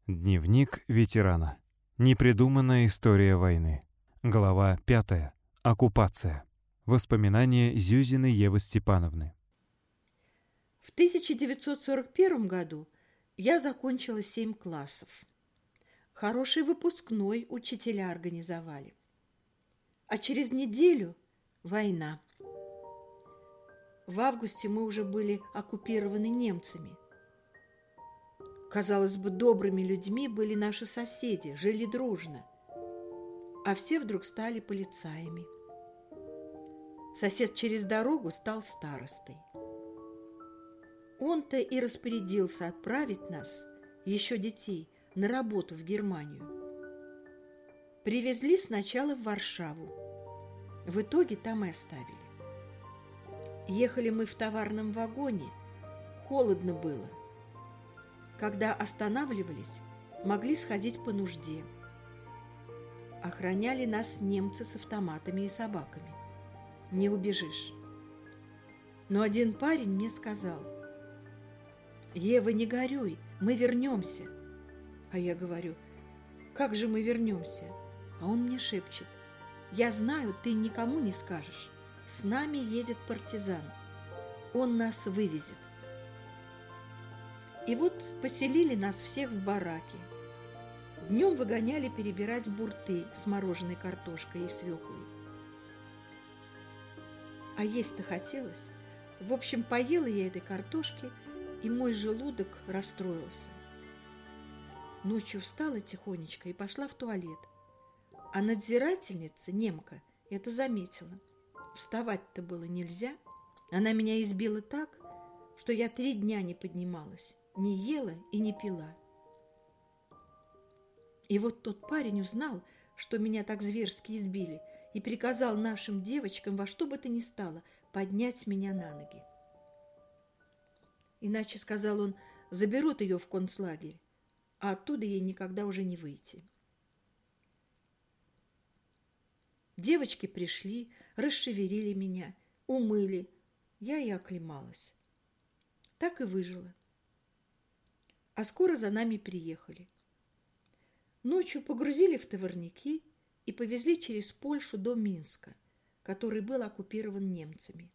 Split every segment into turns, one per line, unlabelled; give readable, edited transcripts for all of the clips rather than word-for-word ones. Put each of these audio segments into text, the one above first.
Дневник ветерана. Непридуманная история войны. Глава 5. Оккупация. Воспоминания Зюзиной Евы Степановны.
В 1941 году я закончила 7 классов. Хороший выпускной учителя организовали. А через неделю война. В августе мы уже были оккупированы немцами. Казалось бы, добрыми людьми были наши соседи, жили дружно. А все вдруг стали полицаями. Сосед через дорогу стал старостой. Он-то и распорядился отправить нас, еще детей, на работу в Германию. Привезли сначала в Варшаву. В итоге там и оставили. Ехали мы в товарном вагоне. Холодно было. Когда останавливались, могли сходить по нужде. Охраняли нас немцы с автоматами и собаками. Не убежишь. Но один парень мне сказал: «Ева, не горюй, мы вернемся». А я говорю: «Как же мы вернемся?» А он мне шепчет: «Я знаю, ты никому не скажешь. С нами едет партизан. Он нас вывезет». И вот поселили нас всех в бараке. Днем выгоняли перебирать бурты с мороженой картошкой и свеклой. А есть-то хотелось. В общем, поела я этой картошки, и мой желудок расстроился. Ночью встала тихонечко и пошла в туалет. А надзирательница, немка, это заметила. Вставать-то было нельзя. Она меня избила так, что я 3 дня не поднималась, не ела и не пила. И вот тот парень узнал, что меня так зверски избили, и приказал нашим девочкам во что бы то ни стало поднять меня на ноги. Иначе, сказал он, заберут ее в концлагерь, а оттуда ей никогда уже не выйти. Девочки пришли, расшевелили меня, умыли. Я и оклемалась. Так и выжила. А скоро за нами приехали. Ночью погрузили в товарники и повезли через Польшу до Минска, который был оккупирован немцами.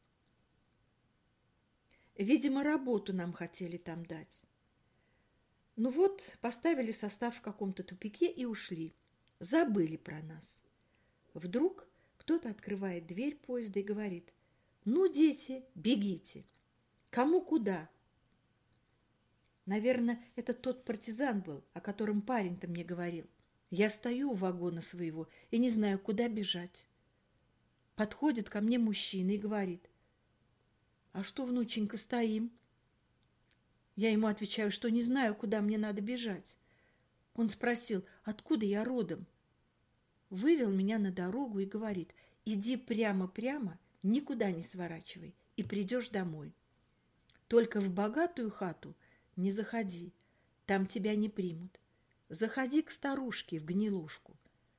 Видимо, работу нам хотели там дать. Ну вот, поставили состав в каком-то тупике и ушли. Забыли про нас. Вдруг кто-то открывает дверь поезда и говорит: «Ну, дети, бегите! Кому куда?» Наверное, это тот партизан был, о котором парень-то мне говорил. Я стою у вагона своего и не знаю, куда бежать. Подходит ко мне мужчина и говорит: «А что, внученька, стоим?» Я ему отвечаю, что не знаю, куда мне надо бежать. Он спросил, откуда я родом. Вывел меня на дорогу и говорит: «Иди прямо-прямо, никуда не сворачивай, и придешь домой. Только в богатую хату не заходи, там тебя не примут. Заходи к старушке в гнилушку».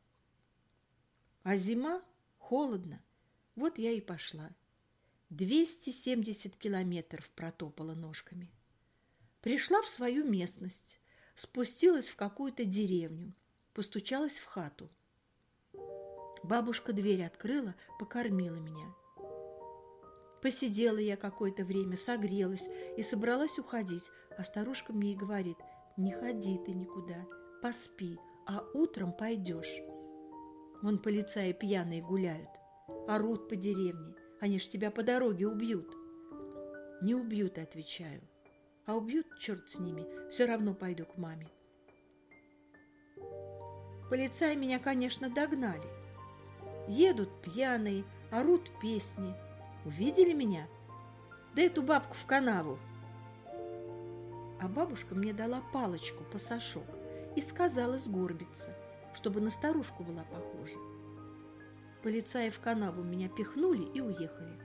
А зима, холодно, вот я и пошла. 270 километров протопала ножками. Пришла в свою местность, спустилась в какую-то деревню, постучалась в хату. Бабушка дверь открыла, покормила меня. Посидела я какое-то время, согрелась и собралась уходить, а старушка мне и говорит: «Не ходи ты никуда, поспи, а утром пойдешь. Вон полицаи пьяные гуляют, орут по деревне, они ж тебя по дороге убьют». «Не убьют», отвечаю, «а убьют, черт с ними, все равно пойду к маме». Полицаи меня, конечно, догнали. Едут пьяные, орут песни. Увидели меня? Да эту бабку в канаву. А бабушка мне дала палочку, пасашок, и сказала сгорбиться, чтобы на старушку была похожа. Полицаи в канаву меня пихнули и уехали.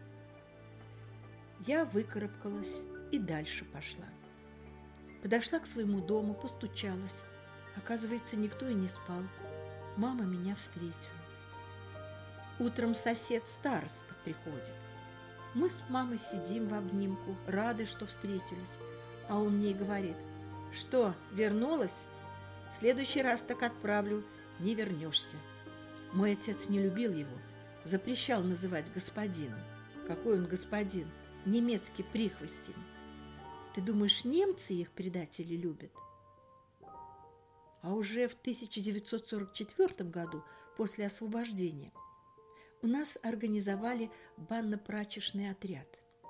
Я выкарабкалась и дальше пошла. Подошла к своему дому, постучалась. Оказывается, никто и не спал. Мама меня встретила. Утром сосед-староста приходит. Мы с мамой сидим в обнимку, рады, что встретились. А он мне говорит: «Что, вернулась?» В следующий раз так отправлю, не вернешься. Мой отец не любил его, запрещал называть господином. Какой он господин? Немецкий прихвостень. Ты думаешь, немцы их предателей любят? А уже в 1944 году, после освобождения, у нас организовали банно-прачечный отряд.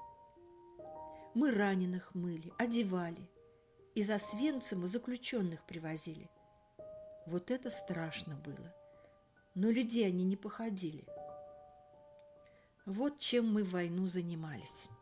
Мы раненых мыли, одевали. Из Освенцима заключенных привозили. Вот это страшно было. Но людей они не походили. Вот чем мы в войну занимались.